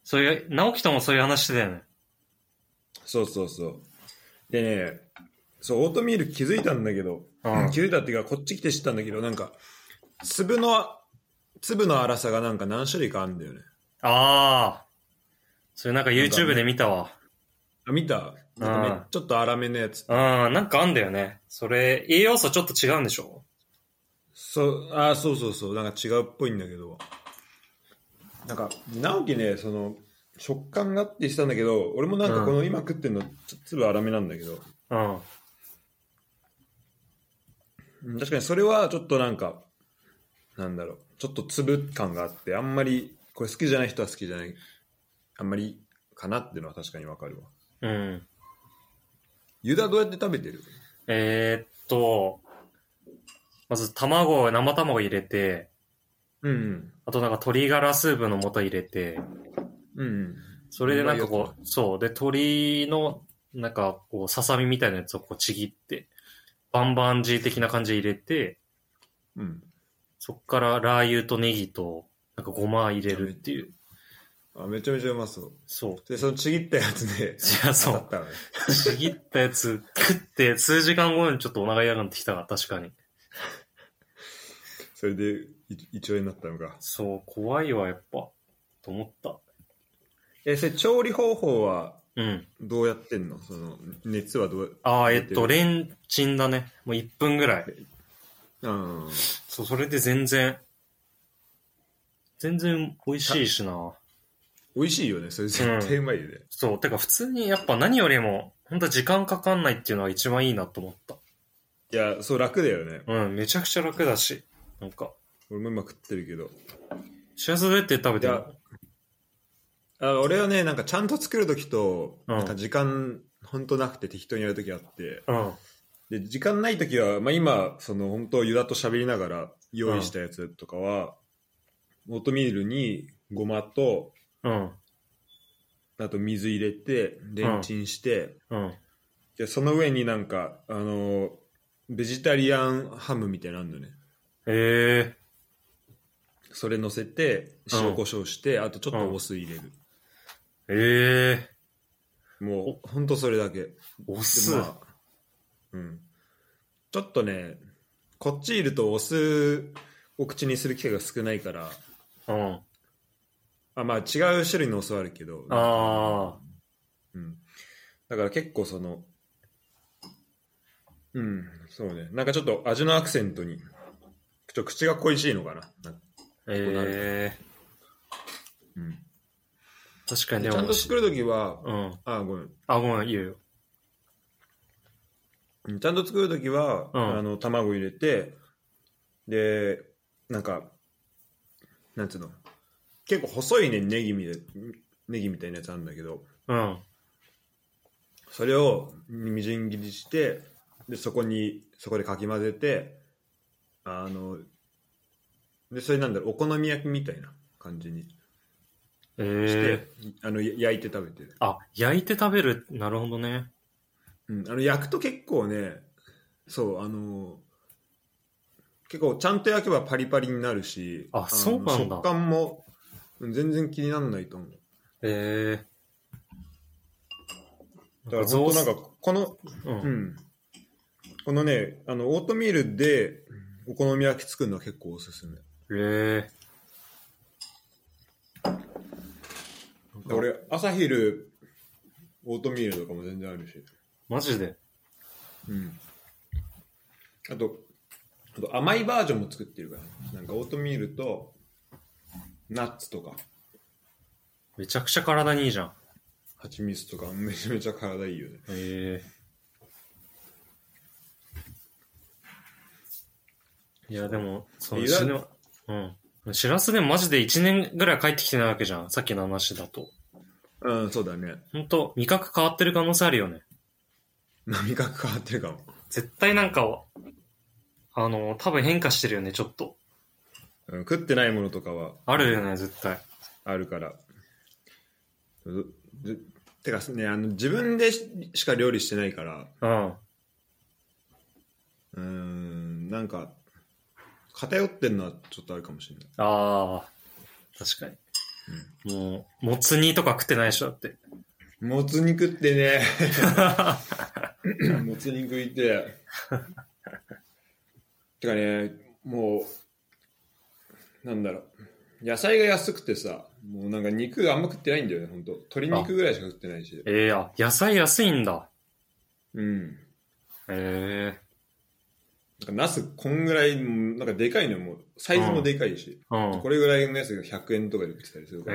そういう、直樹ともそういう話してたよね。 そうそうそう。でね、そう、オートミール気づいたんだけど、気づいたっていうか、こっち来て知ったんだけど、なんか、粒の粗さがなんか何種類かあるんだよね。 ああ。それなんか YouTube で見たわ。 あ、見た？なんかちょっと粗めのやつ。 なんかあんだよね。それ、栄養素ちょっと違うんでしょ？ そう、そうそうそう、なんか違うっぽいんだけど、なんか、直樹ね、その、食感がって言ってたんだけど、俺もなんかこの今食ってんの、粒粗めなんだけど、確かにそれはちょっとなんか、なんだろう、ちょっと粒感があって、あんまり、これ好きじゃない人は好きじゃない、あんまりかなっていうのは確かにわかるわ。 うん。 湯田どうやって食べてる？ まず生卵入れて、 うんうん。 あとなんか鶏ガラスープの素入れて、 うんうん。 それでなんかこう、そう。で、鶏の、なんかこう、ささみみたいなやつをこうちぎって、バンバンジー的な感じで入れて、 うん。 そっからラー油とネギと、なんかごま入れるっていう。 めちゃめちゃうまそう。 そう。 で、そのちぎったやつで、 いや、そう。ちぎったやつ食って数時間後にちょっとお腹痛くなってきたわ、確かに。 それで胃腸炎になったのか。 そう、怖いわ、やっぱ。と思った。 それ調理方法はうん。 どうやってんの？その熱はどう？ レンチンだね。もう1分ぐらい。そう、それで全然美味しいしな。 美味しいよね。それ絶対うまいよね。 そう、てか普通にやっぱ何よりも、本当時間かかんないっていうのが一番いいなと思った。 いや、そう楽だよね。 めちゃくちゃ楽だし。なんか。 俺も今食ってるけど。 しらすどうやって食べてるの？俺はね、なんかちゃんと作るときと、なんか時間本当なくて適当にやるときあって、で時間ないときは、まあ、今その本当湯田と喋りながら用意したやつとかは、オートミールにごまと、あと水入れてレンチンして、でその上になんかベジタリアンハムみたいなのあるのね。それ乗せて塩コショウして、あとちょっとお酢入れる。もうほんとそれだけ。 お酢、 ちょっとね、こっちいるとお酢を口にする機会が少ないから、まあ違う種類のお酢はあるけど、だから結構そのそうね、なんかちょっと味のアクセントに口が恋しいのかな。確かに。ちゃんと作るときは、ごめん。 ごめん、いいよ。 ちゃんと作るときは、卵入れて、で、なんか、なんつうの、結構細いね、ネギみたいなやつあるんだけど、それをみじん切りして、で、そこでかき混ぜて、で、それなんだろう、お好み焼きみたいな感じにして、焼いて食べてる。 焼いて食べる。なるほどね。 焼くと結構ね、そう、結構ちゃんと焼けばパリパリになるし、 そうなんだ。 食感も全然気にならないと思う。だから本当なんかこの、このね、オートミールでお好み焼き作るのは結構おすすめ。俺朝昼オートミールとかも全然あるし。 マジで？ あと甘いバージョンも作ってるから、なんかオートミールとナッツとか。 めちゃくちゃ体にいいじゃん。 蜂蜜とかめちゃめちゃ体いいよね。 いやでもしらすでもマジで1年ぐらい帰ってきてないわけじゃん、さっきの話だと。 そうだね。 ほんと味覚変わってる可能性あるよね。 味覚変わってるかも。 絶対なんか多分変化してるよね、ちょっと。 食ってないものとかはあるよね、絶対あるから。てかね、自分でしか料理してないから、なんか偏ってんのはちょっとあるかもしれない。 確かに。 もう、もつ煮とか食ってないでしょ、だって。 もつ煮食ってね。もつ煮食いて。てかね、もう、なんだろう。野菜が安くてさ、もうなんか肉あんま食ってないんだよね、ほんと。鶏肉ぐらいしか食ってないし。 野菜安いんだ。 うん。 なんかナスこんぐらい、なんかでかいのも、サイズもでかいし、これぐらいのやつが100円とかで売ってたりするから。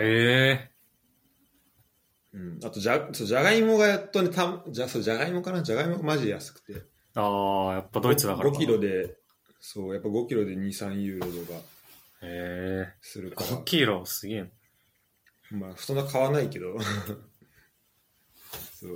うん、あとじゃがいもがやっとね、じゃがいもかな、じゃがいもがマジ安くて。 やっぱドイツだから 5キロで、そう、やっぱ5キロで2、3ユーロとかするから。 5キロすげえ。 まあ、そんな買わないけど。そう。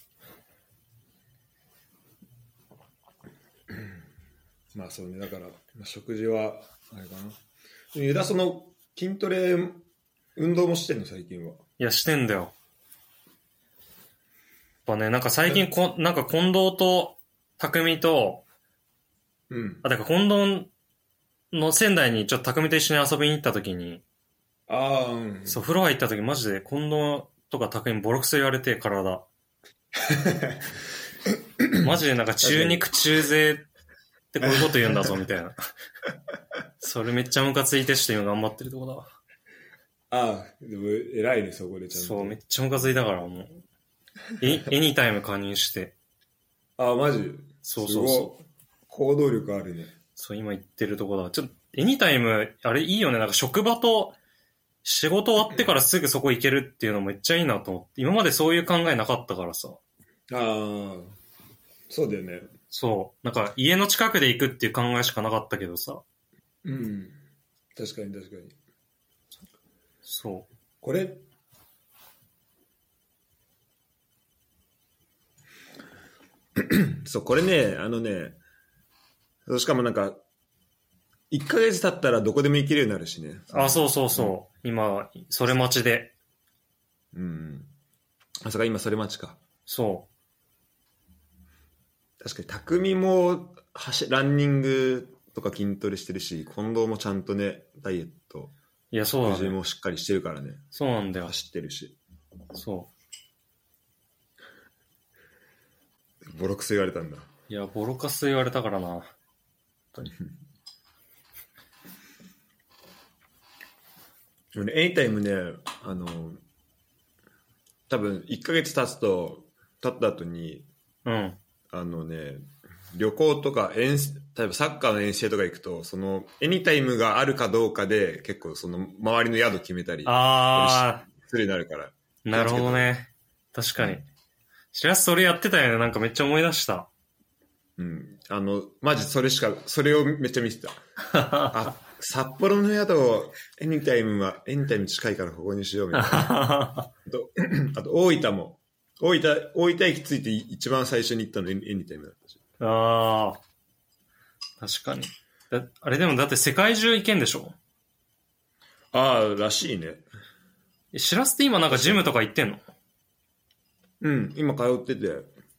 まあそうね、だから、食事は、あれかな。ユダその筋トレ、運動もしてんの最近は。 いや、してんだよ。やっぱね、なんか最近なんか近藤と匠と、だから近藤の仙台にちょっと匠と一緒に遊びに行った時に、そう、風呂入った時マジで近藤とか匠にボロクソ言われて、体。マジでなんか中肉中背ってこういうこと言うんだぞ、みたいな。それめっちゃムカついてして今頑張ってるとこだわ。 でも偉いね、そこでちゃんと。 そう、めっちゃムカついたからもう。エニタイム加入して。 マジそうそうそう。 行動力あるね。 そう、今言ってるとこだ。ちょっと、エニタイム、あれいいよね。なんか職場と仕事終わってからすぐそこ行けるっていうのめっちゃいいなと思って。今までそういう考えなかったからさ。 そうだよね。 そう。なんか家の近くで行くっていう考えしかなかったけどさ。 うん。確かに。 そう。 これ、そう、これね、しかもなんか、1ヶ月経ったらどこでも行けるようになるしね。 そう。今、それ待ちで。 そうか、今それ待ちか。 そう。 確かに、匠もランニングとか筋トレしてるし、近藤もちゃんとね、ダイエット。 いや、そうだね。 もしっかりしてるからね。 そうなんだよ。 走ってるし。 そう。 ボロクソ言われたんだ。 いや、ボロカス言われたからな。本当に。 エニタイムね、多分1ヶ月経った後に、旅行とか例えばサッカーの遠征とか行くと、そのエニタイムがあるかどうかで結構その周りの宿決めたりするようになるから。 なるほどね。確かに。しらすそれやってたよね。なんかめっちゃ思い出した。 マジそれをめっちゃ見てた。札幌の宿をエニタイム近いからここにしようみたいな。あと大分駅着いて一番最初に行ったのエニタイムだったし。 確かに。あれでもだって世界中行けんでしょ？ らしいね。 しらすって今なんかジムとか行ってんの？ 今通ってて。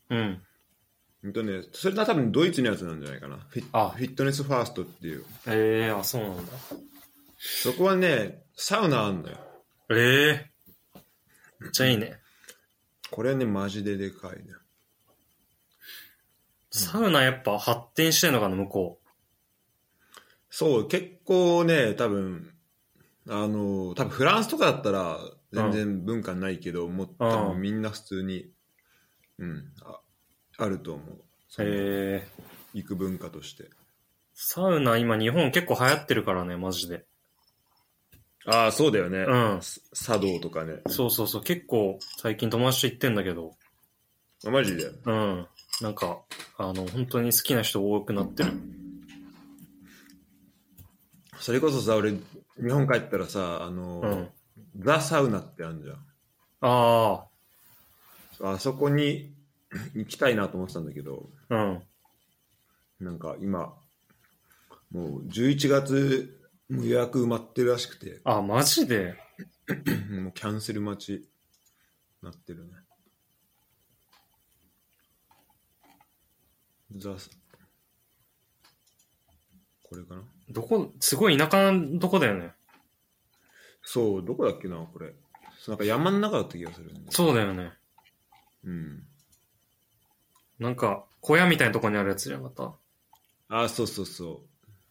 それは多分ドイツのやつなんじゃないかな。フィットネスファーストっていう。 そうなんだ。 そこはね、サウナあんのよ。 めっちゃいいね。 これね、マジででかいね。 サウナやっぱ発展してんのかな、向こう。 そう、結構ね、多分フランスとかだったら全然文化ないけど、もっとみんな普通に、あると思う。行く文化として。 サウナ今日本結構流行ってるからね、マジで。 そうだよね。茶道とかね。 そう。結構最近友達と行ってんだけど。 マジで？ なんか、本当に好きな人多くなってる。 それこそさ、俺、日本帰ったらさ、ザ・サウナってあるじゃん。あそこに行きたいなと思ってたんだけど、なんか今、もう11月も予約埋まってるらしくて。 マジで？ もうキャンセル待ちなってるね。これかな？ すごい田舎のとこだよね。 そう、どこだっけな、これ。なんか山の中だった気がする、ね。 そうだよね。 うん。 なんか、小屋みたいなとこにあるやつじゃなかった？ ああ、そうそうそう。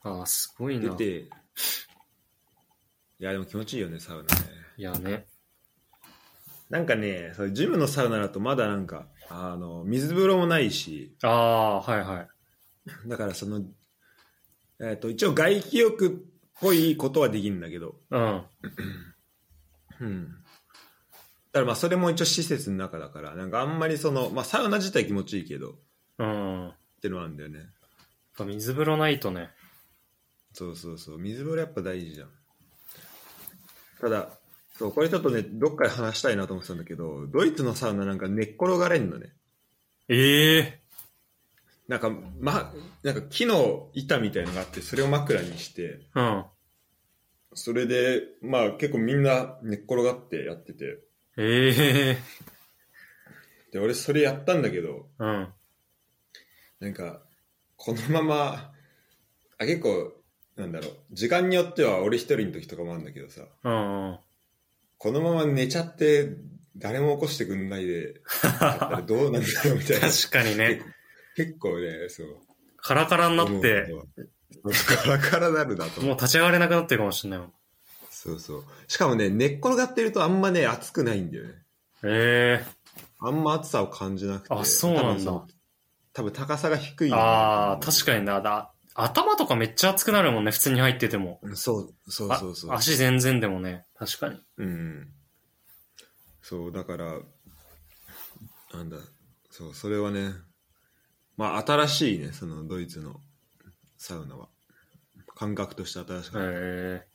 ああ、すごいな。 出て、いや、でも気持ちいいよね、サウナね。 いやね。 なんかね、それジムのサウナだとまだなんか、水風呂もないし。 ああ、はいはい。 だからその、一応外気浴っぽいことはできるんだけど。 うん。 うん。だからまあそれも一応施設の中だから、なんかあんまりその、まあサウナ自体気持ちいいけど。 うん。 ってのはあるんだよね。 水風呂ないとね。 そうそうそう。水風呂やっぱ大事じゃん。ただ、そう、これちょっとね、どっかで話したいなと思ってたんだけど、ドイツのサウナなんか寝っ転がれんのね。 ええなんか、なんか木の板みたいのがあって、それを枕にして、 うん。 それで、まあ結構みんな寝っ転がってやってて。 ええで、俺それやったんだけど、 うん。 なんか、このまま、結構、なんだろう、時間によっては俺一人の時とかもあるんだけどさ、 うんうん。 このまま寝ちゃって誰も起こしてくんないでだったらどうなんだろうみたいな。 確かにね。 結構ね、そう。 カラカラになって、 カラカラなるなと。 もう立ち上がれなくなってるかもしれないもん。 そうそう。しかもね、寝っ転がってるとあんまね、暑くないんだよね。 ええあんま暑さを感じなくて。 あ、そうなんだ。 多分高さが低い。 ああ、確かにな。頭とかめっちゃ熱くなるもんね、普通に入ってても。 そうそうそう。 足全然でもね、確かに。 うん。そう、だから、なんだ、そう、それはね、まあ新しいね、そのドイツのサウナは。感覚として新しかった。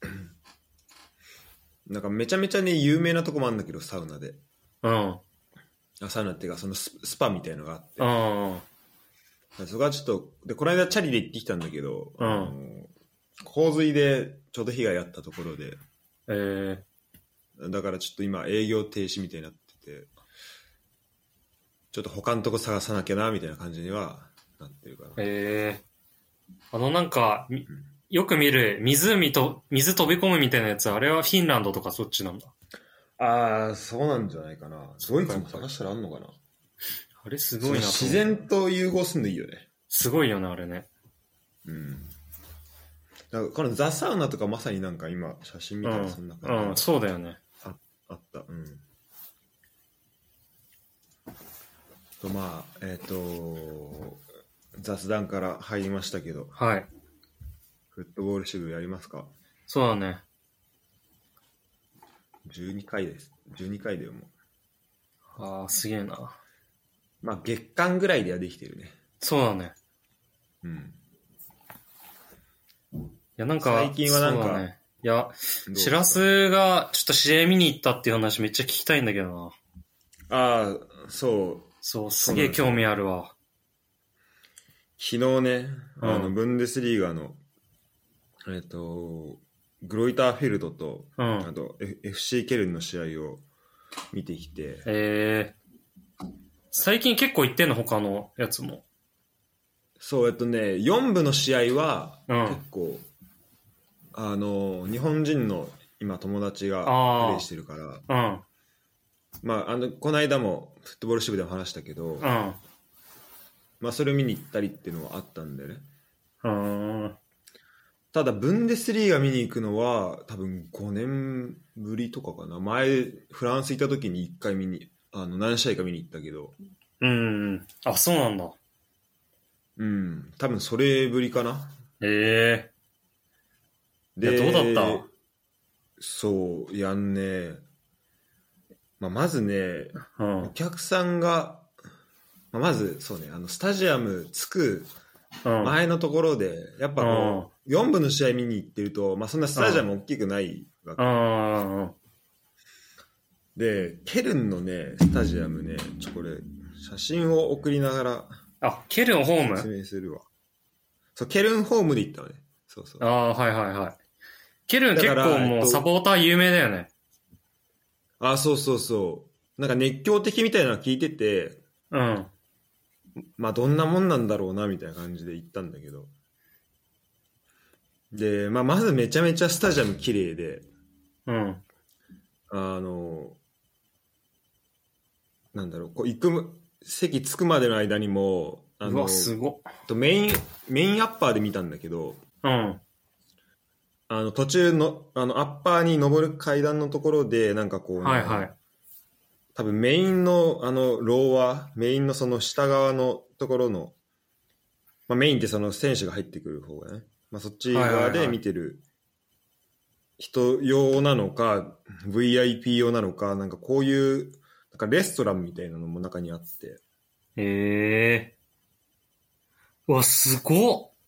なんかめちゃめちゃね、有名なとこもあるんだけど、サウナで。 うん。 サウナっていうか、そのスパみたいのがあって。 うん。 そこはちょっと、で、この間チャリで行ってきたんだけど、 うん。 洪水でちょうど被害あったところで、だからちょっと今営業停止みたいになってて、ちょっと他のとこ探さなきゃなみたいな感じにはなってるから。 なんか、よく見る水飛び込むみたいなやつ、あれはフィンランドとかそっちなんだ。 ああ、そうなんじゃないかな。ドイツも探したらあんのかな。 あれすごいな。 自然と融合するのいいよね。 すごいよね、あれね。 うん。だからこのザ・サウナとかまさになんか今写真見たらそんな感じ、 うん、そうだよね。 あった。うん。とまあ雑談から入りましたけど、 はい。 フットボール支部やりますか？ そうだね。 12回です。12回だよもう。ああ、すげえな。 まあ月間ぐらいではできてるね。 そうだね。 うん。 いやなんか最近はなんか、 ね、いやしらすがちょっと試合見に行ったっていう話めっちゃ聞きたいんだけどな。 ああ、そうすげえ興味あるわ。 昨日ね、ブンデスリーガのグロイターフェルドと、あと、FC ケルンの試合を見てきて、 最近結構行ってんの他のやつも。 そう4部の試合は、結構日本人の今友達がプレーしてるから、まあこの間もフットボール支部でも話したけど、まあそれを見に行ったりっていうのはあったんだよね。ただブンデスリーガ見に行くのは多分5年ぶりとかかな。前フランス行った時に1回見に何試合か見に行ったけど、 あ、そうなんだ。 多分それぶりかな。 で、どうだった？ そうやんね、まずね、お客さんが、まずそうね、スタジアム着く前のところで、やっぱこう、4部の試合見に行ってると、そんなスタジアム大きくないわけ。で、ケルンのね、スタジアムね、これ、写真を送りながら、 ケルンホーム？ 説明するわ。そう、ケルンホームで行ったのね。そう。 はい。ケルン結構もうサポーター有名だよね。 そう。なんか熱狂的みたいなの聞いてて、どんなもんなんだろうなみたいな感じで行ったんだけど、でまずめちゃめちゃスタジアム綺麗で、 うん。 なんだろう、こう席着くまでの間にも、 うわ、すごっ。 メインアッパーで見たんだけど、 うん。 途中の、アッパーに登る階段のところで、なんかこう、ね、 はいはい。 多分メインの、ローワー、メインのその下側のところの、まあ、メインってその選手が入ってくる方がね、まあ、そっち側で見てる人用なのか、VIP 用なのか、なんかこういう、なんかレストランみたいなのも中にあって。 へえ。うわ、すごっ。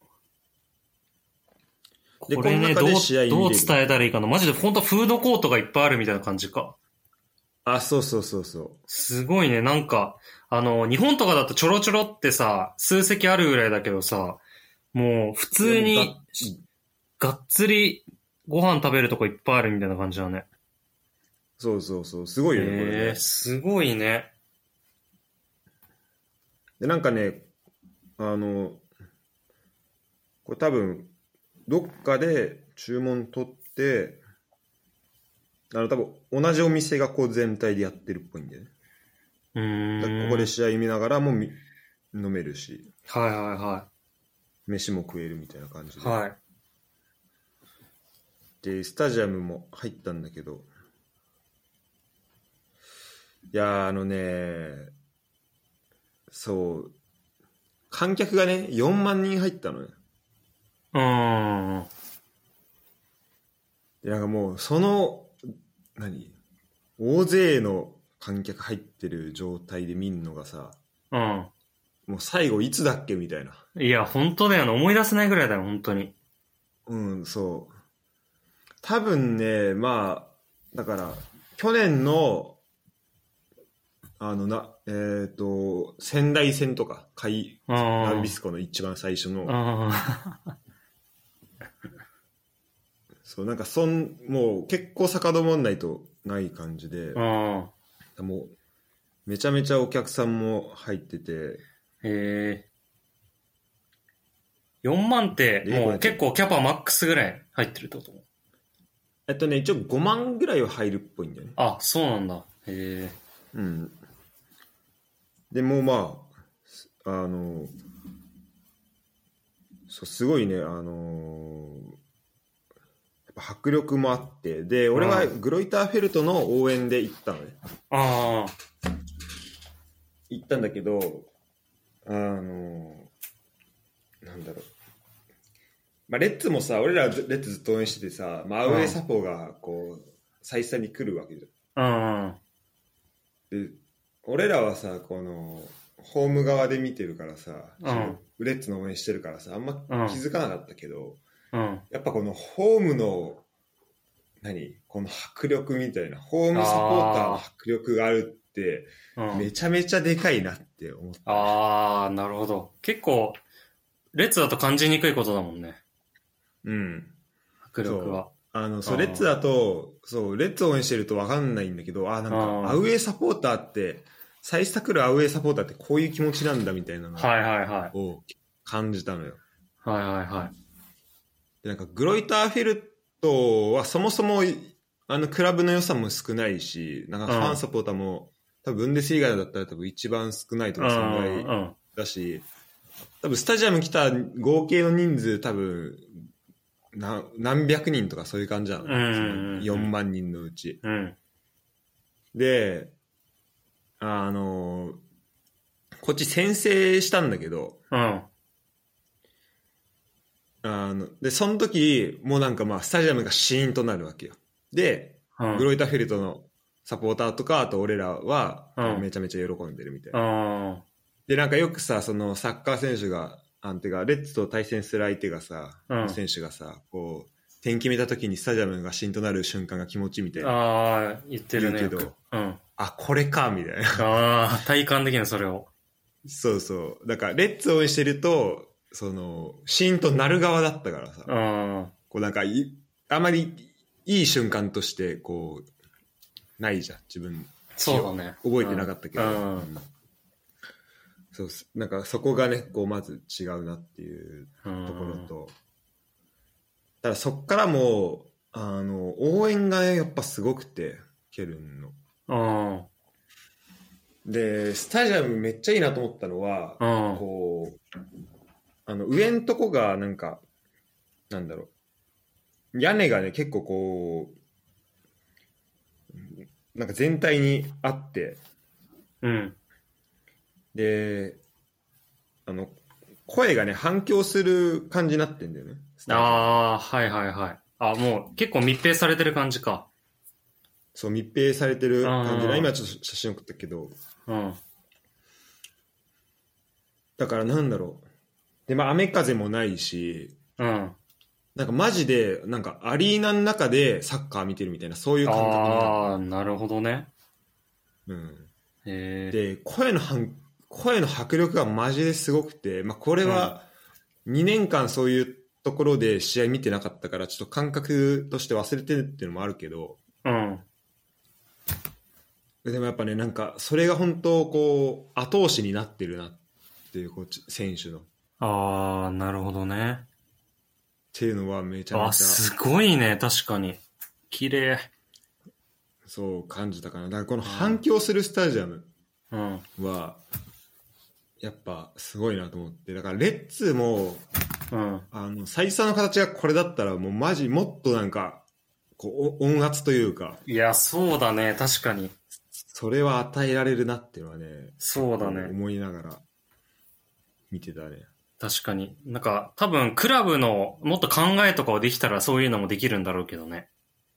これね、どう伝えたらいいかな。マジで本当フードコートがいっぱいあるみたいな感じか。 あ、そうそうそうそう。 すごいね。なんか、日本とかだとちょろちょろってさ、数席あるぐらいだけどさ、もう普通にがっつりご飯食べるとこいっぱいあるみたいな感じだね。 そうそうそう。すごいよね、これね。 すごいね。 で、なんかね、これ多分、どっかで注文取って、多分同じお店がこう全体でやってるっぽいんだよね。ここで試合見ながらも飲めるし、 はいはいはい。 飯も食えるみたいな感じで。 はい。 で、スタジアムも入ったんだけど、いやそう、観客がね、4万人入ったのよ。で、なんかもう、大勢の観客入ってる状態で見んのがさ、 うん。 もう最後いつだっけみたいな。 いや、本当だよね。思い出せないぐらいだよ、本当に。 うん、そう。多分ね、まあ、だから、去年の、仙台戦とか、ナビスコの一番最初の、そう、なんかもう結構遡んないとない感じで、もう、めちゃめちゃお客さんも入ってて。 へえ。4万って、もう結構キャパマックスぐらい入ってるってこと？ 一応5万ぐらいは入るっぽいんだよね。 あ、そうなんだ。へえ。 うん。でもまあ、すごいね、やっぱ迫力もあって、で、俺はグロイターフェルトの応援で行ったのね。行ったんだけど、なんだろう。まあ、レッツもさ、俺らレッツずっと応援しててさ、まあ、アウェーサポがこう、再三に来るわけじゃん。で、俺らはさ、この、ホーム側で見てるからさ、レッツの応援してるからさ、あんま気づかなかったけど、やっぱこのホームの、この迫力みたいな、ホームサポーターの迫力があるって、めちゃめちゃでかいなって思った。 ああ、なるほど。結構、レッツだと感じにくいことだもんね。 うん。 迫力は。 レッツだと、レッツ応援してると分かんないんだけど、なんか、アウェーサポーターって、最初来るアウェーサポーターってこういう気持ちなんだみたいなのを感じたのよ。 はいはいはい。 で、なんか、グロイターフェルトはそもそも、クラブの予算も少ないし、なんかファンサポーターも、多分ブンデスリーガだったら多分一番少ないとか、そのぐらいだし、多分スタジアム来た合計の人数多分、何百人とかそういう感じなの、4万人のうち、でこっち先制したんだけど、でその時もうなんかまあスタジアムがシーンとなるわけよ。で、グロイタフェルトのサポーターとか、あと俺らはめちゃめちゃ喜んでるみたいな。で、なんかよくさ、そのサッカー選手がてかレッツと対戦する相手がさ、選手がさ、こう点決めた時にスタジアムがシーンとなる瞬間が気持ちいいみたいな言ってるね。 言うけど、これかみたいな。 体感的なそれを。 そうそう。だからレッツ応援してると、そのシーンとなる側だったからさ、こうなんかあまりいい瞬間としてこうないじゃん、自分。 そうだね。 覚えてなかったけど、そうなんかそこがね、こうまず違うなっていうところと、ただそっからも応援がやっぱすごくて、ケルンの。で、スタジアムめっちゃいいなと思ったのは、こう、上んとこがなんか、なんだろう、屋根がね、結構こう、なんか全体にあって、で、声がね、反響する感じになってんだよね。 はいはいはい。もう結構密閉されてる感じか。 そう、密閉されてる感じで、今ちょっと写真送ったけど、だからなんだろう。で、まあ雨風もないし、なんかマジで、なんかアリーナの中でサッカー見てるみたいな、そういう感覚になる。 なるほどね。 で、声の迫力がマジですごくて、まあこれは2年間そういうところで試合見てなかったから、ちょっと感覚として忘れてるっていうのもあるけど、でもやっぱね、なんかそれが本当こう後押しになってるなっていう、選手の。 なるほどね。 っていうのはめちゃめちゃ。 すごいね、確かに。綺麗。 そう感じたかな。だからこの反響するスタジアムは、やっぱすごいなと思って。だからレッツも、最初の形がこれだったらもうマジもっとなんか、こう音圧というか。 いや、そうだね、確かに。 それは与えられるなっていうのはね、 そうだね。 思いながら見てたね。 確かに。なんか多分クラブのもっと考えとかをできたらそういうのもできるんだろうけどね。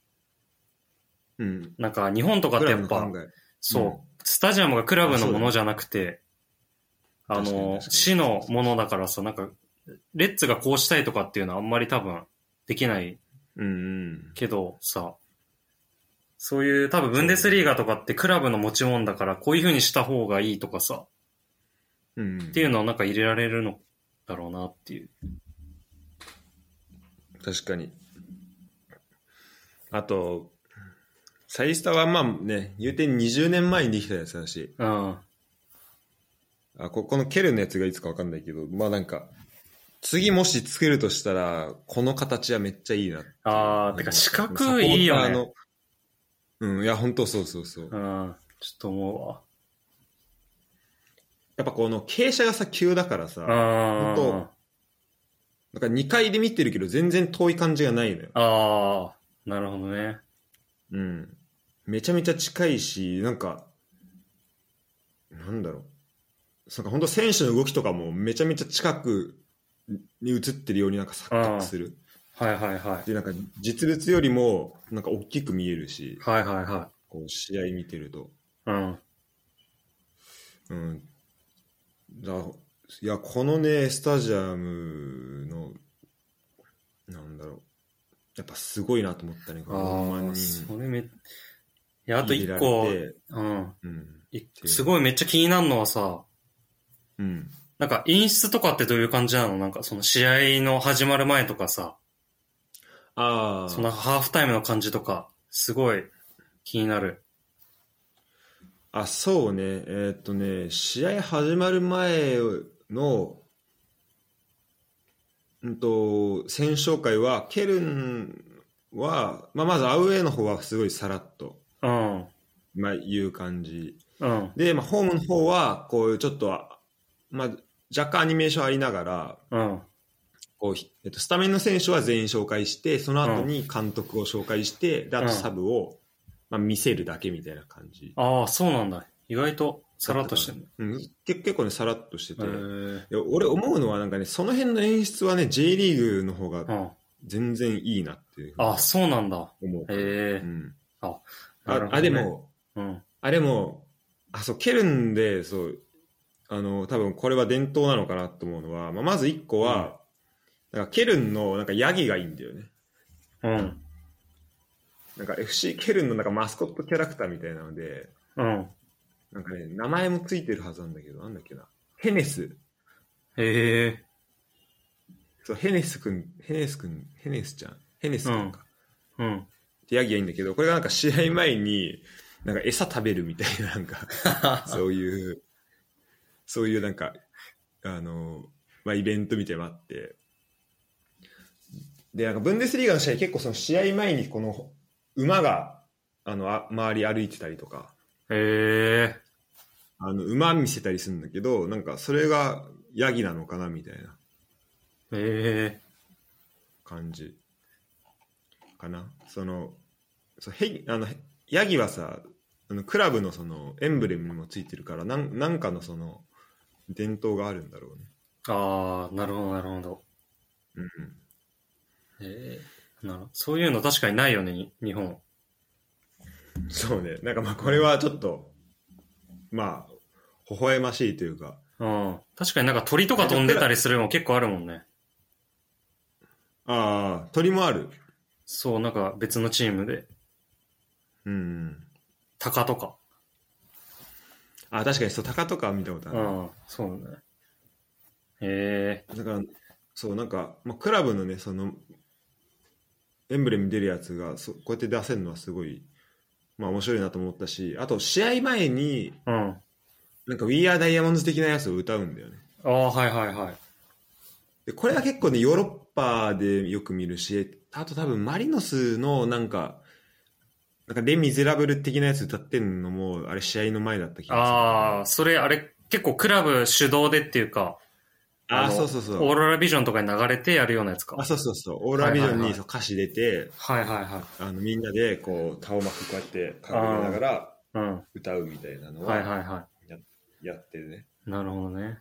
なんか日本とかってやっぱ、そう、スタジアムがクラブのものじゃなくて、市のものだからさ、なんか、レッツがこうしたいとかっていうのはあんまり多分できないけどさ、そういう多分ブンデスリーガとかってクラブの持ち物だからこういう風にした方がいいとかさ、っていうのをなんか入れられるのだろうなっていう。 確かに。あと、サイスタはまあね、言うて20年前にできたやつだし、このケルンのやつがいつか分かんないけど、まあなんか、次もし作るとしたら、この形はめっちゃいいな。 てか四角いいよね。 いや、本当そう。ちょっと思うわ。 やっぱこの傾斜がさ、急だからさ、本当なんか2階で見てるけど全然遠い感じがないのよ。 なるほどね。 めちゃめちゃ近いし、なんか、なんだろう。なんか本当選手の動きとかもめちゃめちゃ近くに映ってるようになんか錯覚する。で、なんか実物よりもなんか大きく見えるし、こう試合見てると。いや、このね、スタジアムの、なんだろう。やっぱすごいなと思ったね。4万人。 それいや、あと一個、すごいめっちゃ気になるのはさ、なんか演出とかってどういう感じなの？なんかその試合の始まる前とかさ、そのハーフタイムの感じとか、すごい気になる。 そうね。試合始まる前の、選手紹介は、ケルンは、まずアウェーの方はすごいさらっと、いう感じ。で、ホームの方は、こういうちょっと、若干アニメーションありながら、こうスタメンの選手は全員紹介して、その後に監督を紹介して、であとサブを、見せるだけみたいな感じ。 そうなんだ。意外とさらっとしてる。結構ね、さらっとしてて。俺思うのはなんかね、その辺の演出はね、J リーグの方が全然いいなっていう。 そうなんだ。 思う。 でも、そう、ケルンで、そう、多分これは伝統なのかなと思うのは、まず一個は、なんかケルンのなんかヤギがいいんだよね。なんか FC ケルンのなんかマスコットキャラクターみたいなので、なんかね、名前もついてるはずなんだけど、なんだっけな。ヘネス。そう、ヘネスちゃん。ヘネス君か。ってヤギがいいんだけど、これがなんか試合前に、なんか餌食べるみたいな、なんか、そういうなんか、イベントみたいなのがあって、 で、なんかブンデスリーガの試合結構その試合前にこの馬が周り歩いてたりとか、 へえ。 馬見せたりするんだけど、なんかそれがヤギなのかなみたいな感じかな。ヤギはさ、クラブのそのエンブレムにもついてるからなんかのその伝統があるんだろうね。 ああ、なるほどなるほど。 うん。 そういうの確かにないよね、日本。 そうね。なんかまあこれはちょっとまあ微笑ましいというか。 うん。確かになんか鳥とか飛んでたりするの結構あるもんね。 ああ、鳥もある。 そう、なんか別のチームで。 うん。 鷹とか。 あ、確かにそう、鷹とかは見たことある。 うん、そうね。へえ。 だから、そう、なんか、まあ、クラブのね、その、エンブレムに出るやつがこうやって出せるのはすごい、まあ面白いなと思ったし、あと試合前に、 うん。 なんか We Are Diamonds 的なやつを歌うんだよね。 ああ、はいはいはい。 で、これは結構ね、ヨーロッパでよく見るし、あと多分マリノスのなんかレ・ミゼラブル的なやつ歌ってんのも、あれ試合の前だった気がする。 ああ、それあれ結構クラブ主導でっていうか、 そうそうそう。 オーロラビジョンとかに流れてやるようなやつか。 そうそうそう。オーロラビジョンに歌詞出て、 はいはいはい。 みんなでこう、タオマクこうやってかけながら歌うみたいなのは、 はいはいはい。 やってるね。 なるほどね。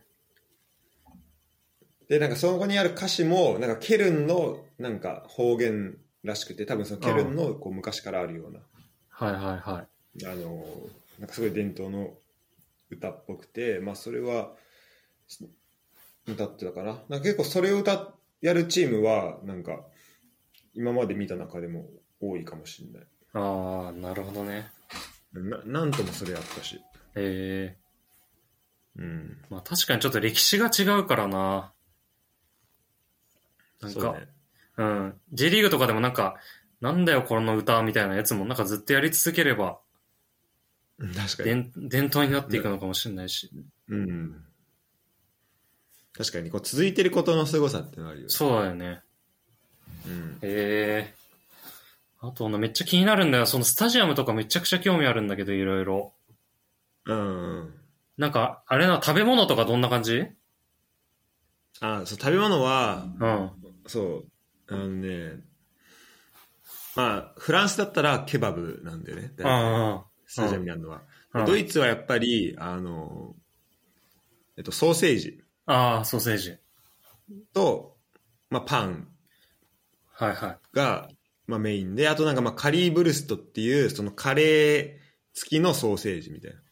で、なんかそこにある歌詞も、なんかケルンのなんか方言らしくて、多分そのケルンのこう昔からあるような。 はいはいはい。 なんかすごい伝統の歌っぽくて、まあそれは歌ってたかな。なんか結構それをやるチームはなんか今まで見た中でも多いかもしれない。 ああ、なるほどね。 なんともそれやったし。 へえ。 うん。 まあ確かにちょっと歴史が違うからな。なんか、 ね、 うん。J リーグとかでもなんか、なんだよこの歌みたいなやつもなんかずっとやり続ければ、 確かに伝統になっていくのかもしれないし。 うん。確かにこう続いてることの凄さってのあるよね。 そうだよね。 うん。 へえ。あとめっちゃ気になるんだよ。そのスタジアムとかめちゃくちゃ興味あるんだけど、いろいろ。 うん。 なんか、あれな、食べ物とかどんな感じ？ そう、食べ物は、 うん。 そう、まあ、フランスだったらケバブなんでね。スタジアムにあるのは。ドイツはやっぱり、ソーセージ。 ソーセージ。 と、まあ、パン。 はいはい。 が、まあ、メインで、あとなんかまあ、カリーブルストっていう、そのカレー付きのソーセージみたいな。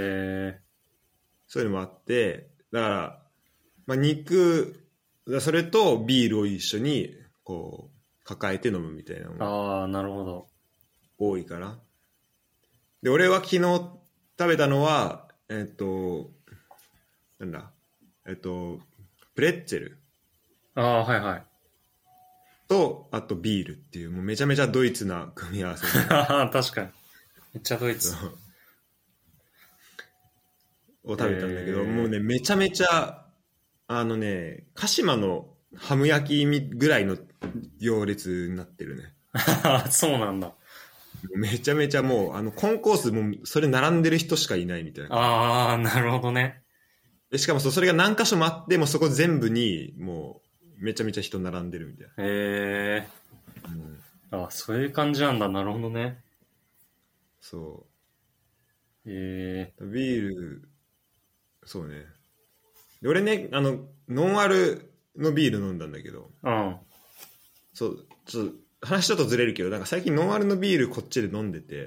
そういうのもあって、だから、まあ、それとビールを一緒に、こう、抱えて飲むみたいなのが。 なるほど。 多いから。で、俺は昨日食べたのは、なんだ、プレッツェル。 はいはい。 と、あとビールっていう、もうめちゃめちゃドイツな組み合わせ。 確かに。めっちゃドイツ。 を食べたんだけど、もうね、めちゃめちゃ、鹿島のハム焼きぐらいの行列になってるね。 そうなんだ。 めちゃめちゃもう、コンコースもそれ並んでる人しかいないみたいな。なるほどね。 でしかもそれが何箇所もあって、もうそこ全部に、もう、めちゃめちゃ人並んでるみたいな。 へえ。そういう感じなんだ。なるほどね。 そう。 ビール、そうね。で俺ね、ノンアルのビール飲んだんだけど、そう、ちょっと話ちょっとずれるけど、なんか最近ノンアルのビールこっちで飲んでて、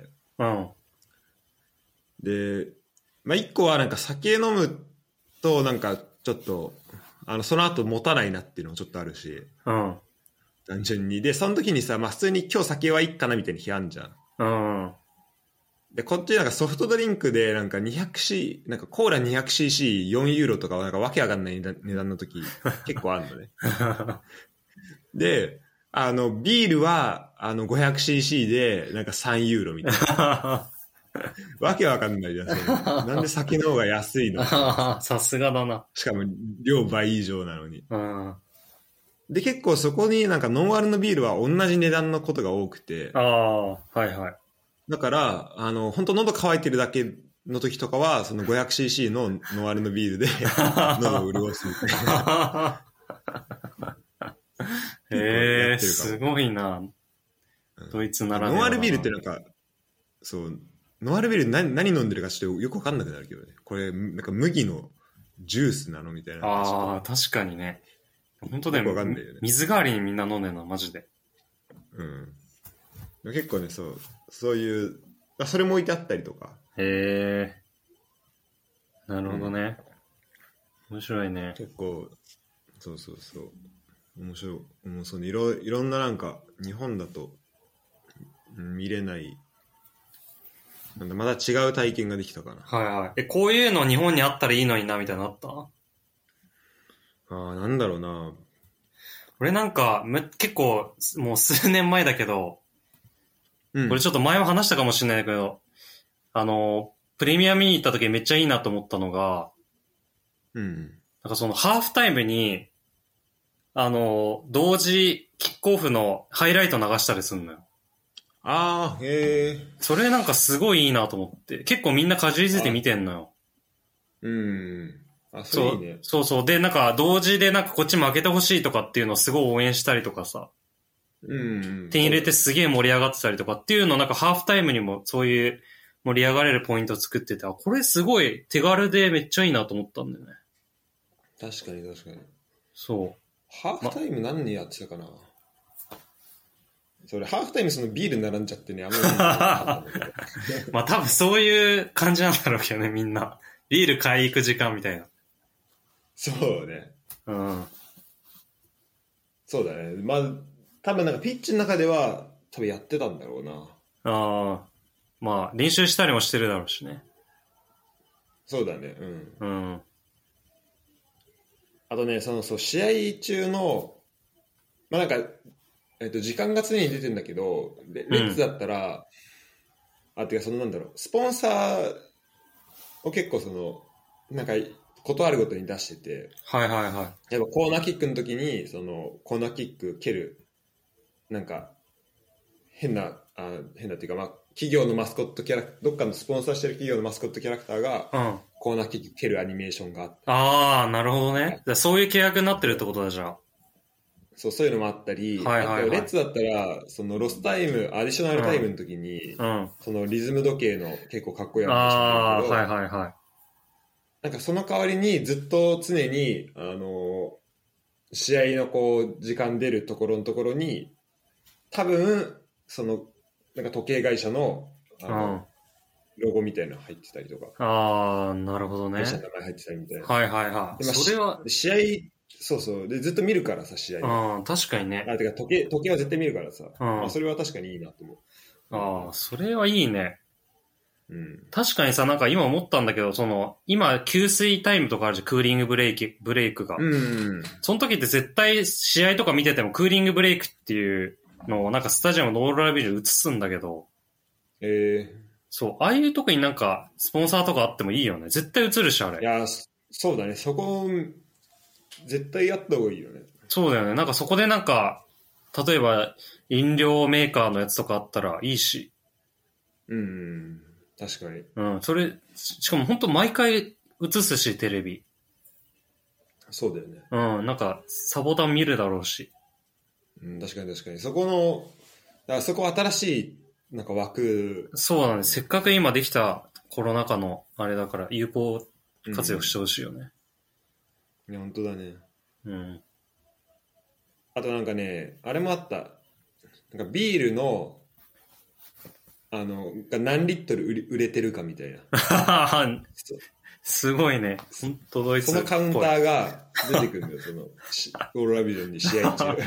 で、まあ一個はなんか酒飲むとなんかちょっと、その後持たないなっていうのもちょっとあるし、単純に。で、その時にさ、まあ普通に今日酒はいいかなみたいな日あんじゃん。で、こっちなんかソフトドリンクでなんか 200cc、なんかコーラ 200cc4 ユーロとかはなんかわけわかんない値段の時結構あるのね。で、ビールは500cc でなんか3ユーロみたいな。わけわかんないじゃん。なんで酒の方が安いの？ さすがだな。 しかも量倍以上なのに。 で、結構そこになんかノンアルのビールは同じ値段のことが多くて。 ああ、はいはい。 だから、本当喉乾いてるだけの時とかは、その 500cc のノンアルのビールで喉を潤すみたいな。 へえ、すごいな。ドイツならでは。 ノンアルビールってなんか、そう、ノンアルビール何飲んでるかちょっとよくわかんなくなるけどね。これ、なんか麦のジュースなのみたいな。 ああ、確かにね。本当だよね。水代わりにみんな飲んでるの、マジで。 うん。結構ね、そういう、それも置いてあったりとか。 へえ。なるほどね。面白いね。 結構、そう。面白い。もうそのいろんななんか、日本だと見れない、なんだまだ違う体験ができたかな。 はいはい。こういうの日本にあったらいいのにな、みたいなのあった？ なんだろうな。 俺なんか、結構、もう数年前だけど、これちょっと前も話したかもしれないけど、プレミア見に行った時めっちゃいいなと思ったのが、なんかそのハーフタイムに、同時キックオフのハイライト流したりすんのよ。 へえ。 それなんかすごいいいなと思って、結構みんなかじりついて見てんのよ。 それいいね。 そう。で、なんか同時でなんかこっち負けてほしいとかっていうのをすごい応援したりとかさ。点入れてすげえ盛り上がってたりとかっていうのをなんかハーフタイムにもそういう盛り上がれるポイントを作ってて、これすごい手軽でめっちゃいいなと思ったんだよね。 確かに。 そう。 ハーフタイム何やってたかな、それハーフタイムそのビール並んじゃってね、あんまりまあ多分そういう感じなんだろうけどね、みんな。ビール買い行く時間みたいな。 そうね。そうだね。まあ、多分なんかピッチの中では多分やってたんだろうな。 まあ練習したりもしてるだろうしね。 そうだね。あとね、試合中の、まあなんか、時間が常に出てんだけど、レッツだったら、てかなんだろう、スポンサーを結構なんか、ことあるごとに出してて、 はい。 やっぱコーナーキックの時に、コーナーキック蹴る、なんか、変なっていうか、まあ、企業のマスコットキャラクター、どっかのスポンサーしてる企業のマスコットキャラクターが、コーナーキック蹴るアニメーションがあって。 なるほどね。そういう契約になってるってことだじゃあ。 そういうのもあったり、あとレッツだったら、ロスタイム、アディショナルタイムの時に、リズム時計の結構かっこいいアニメーションがあるけど、なんかその代わりにずっと常に、試合の時間出るところに、多分、なんか時計会社の、ロゴみたいなの入ってたりとか。 なるほどね。 会社の名前入ってたりみたいな。 はい。 それは。試合、そう。で、ずっと見るからさ、試合。確かにね。 てか時計は絶対見るからさ。それは確かにいいなと思う。それはいいね。確かにさ、なんか今思ったんだけど、今、給水タイムとかあるじゃん、クーリングブレイクが。その時って絶対試合とか見ててもクーリングブレイクっていうのをなんかスタジアムノーラルビジョン映すんだけど。そう、ああいうとこになんかスポンサーとかあってもいいよね。絶対映るし、あれ。 いや、そうだね。そこ、絶対やった方がいいよね。 そうだよね。なんかそこでなんか、例えば飲料メーカーのやつとかあったらいいし。 確かに。 それ、しかも本当毎回映すし、テレビ。 そうだよね。 なんか、サボタン見るだろうし。 確かに。そこ新しい、なんか枠。 そうなんです。せっかく今できたコロナ禍のあれだから、有効活用してほしいよね。 いや、本当だね。あとなんかね、あれもあった。なんかビールの、が何リットル売れてるかみたいな。 すごいね。届いてそのカウンターが出てくるんだよ、オーロラビジョンに試合中。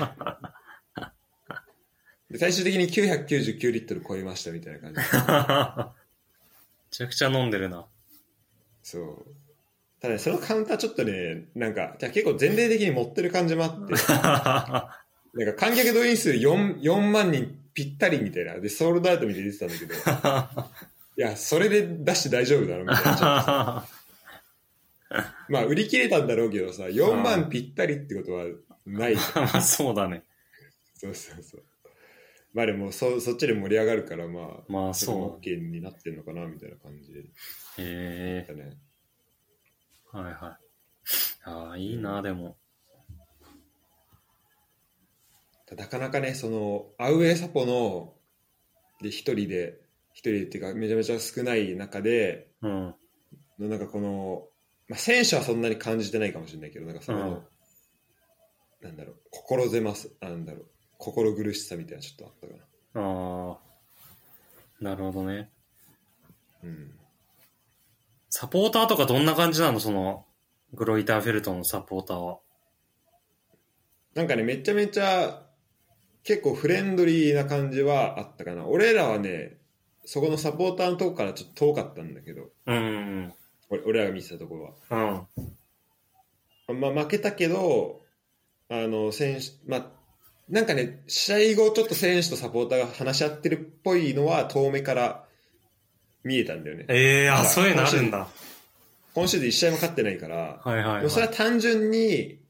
で最終的に999リットル超えましたみたいな感じ。 めちゃくちゃ飲んでるな。 そう。ただね、そのカウンターちょっとね、なんか、じゃ結構全体的に持ってる感じもあって、なんか観客動員数4万人ぴったりみたいな。で、ソールドアウトみたいに出てたんだけど、いや、それで出して大丈夫だろみたいな。まあ、売り切れたんだろうけどさ、4万ぴったりってことは、 ないじゃん。 まあそうだね。 そうそうそう。まあでもそっちで盛り上がるから、 まあそう。 OK になってんのかなみたいな感じで。 へえ。ね、はいはい。ああ、いいな、でも。 なかなかね、その、アウェーサポの、で、一人でっていうか、めちゃめちゃ少ない中で、 うん、 なんかこの、まあ、選手はそんなに感じてないかもしれないけど、なんかその、なんだろう、心苦しさみたいなちょっとあったかな。 ああ、なるほどね。 うん。 サポーターとかどんな感じなの、その、グロイターフェルトのサポーターは。 なんかね、めちゃめちゃ、結構フレンドリーな感じはあったかな。俺らはね、そこのサポーターのとこからちょっと遠かったんだけど、 うん。 俺らが見てたところは。 うん。まあ負けたけど、選手、まあ、なんかね、試合後ちょっと選手とサポーターが話し合ってるっぽいのは遠目から見えたんだよね。 そういうのあるんだ。 今シーズン1試合も勝ってないから、 はいはいはい、 でもそれは単純に、